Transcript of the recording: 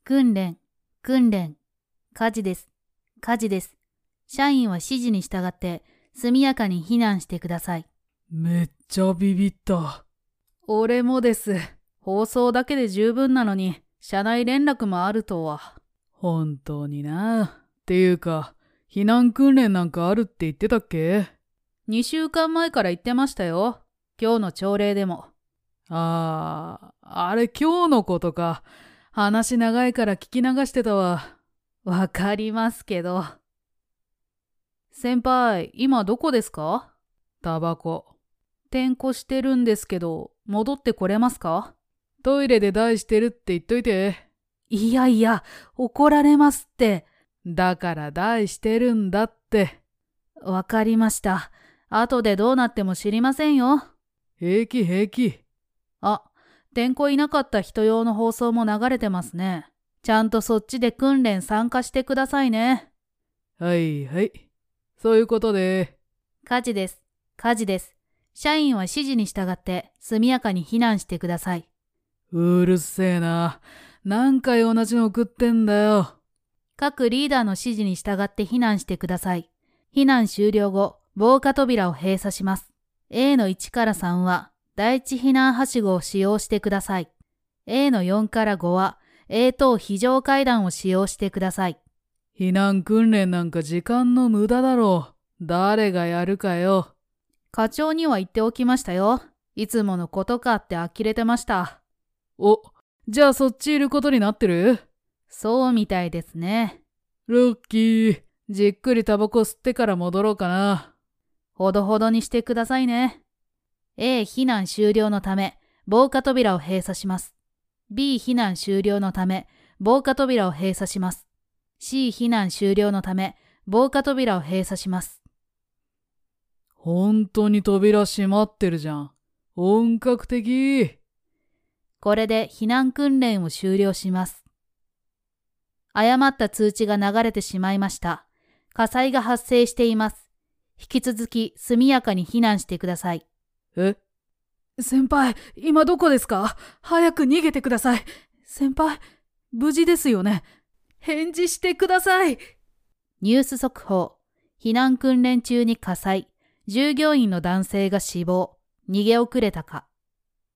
訓練、訓練。火事です。火事です。社員は指示に従って速やかに避難してください。 めっちゃビビった。 俺もです。放送だけで十分なのに、社内連絡もあるとは。 本当にな。っていうか、避難訓練なんかあるって言ってたっけ ？2週間前から言ってましたよ。今日の朝礼でも。 あれ今日のことか。話長いから聞き流してたわ。 わかりますけど。先輩、今どこですか？ タバコ。 点呼してるんですけど、戻ってこれますか？ トイレで台してるって言っといて。 いやいや、怒られますって。 だから台してるんだって。 わかりました。後でどうなっても知りませんよ。 平気平気。 あ、点呼いなかった人用の放送も流れてますね。ちゃんとそっちで訓練参加してくださいね。 はいはい。そういうことで。 火事です。火事です。社員は指示に従って速やかに避難してください。 うるせえな。何回同じの送ってんだよ。 各リーダーの指示に従って避難してください。避難終了後、防火扉を閉鎖します。A の1から3は第一避難はしごを使用してください。A の4から5は A 等非常階段を使用してください。 避難訓練なんか時間の無駄だろう。誰がやるかよ。 課長には言っておきましたよ。いつものことかって呆れてました。 お、じゃあそっちいることになってる？ そうみたいですね。 ロッキー、じっくりタバコ吸ってから戻ろうかな。 ほどほどにしてくださいね。A 避難終了のため、防火扉を閉鎖します。B 避難終了のため、防火扉を閉鎖します。C 避難終了のため、防火扉を閉鎖します。 本当に扉閉まってるじゃん。本格的。 これで避難訓練を終了します。誤った通知が流れてしまいました。火災が発生しています。引き続き速やかに避難してください。 え？ 先輩、今どこですか？早く逃げてください。先輩、無事ですよね？返事してください。ニュース速報。避難訓練中に火災。従業員の男性が死亡。逃げ遅れたか。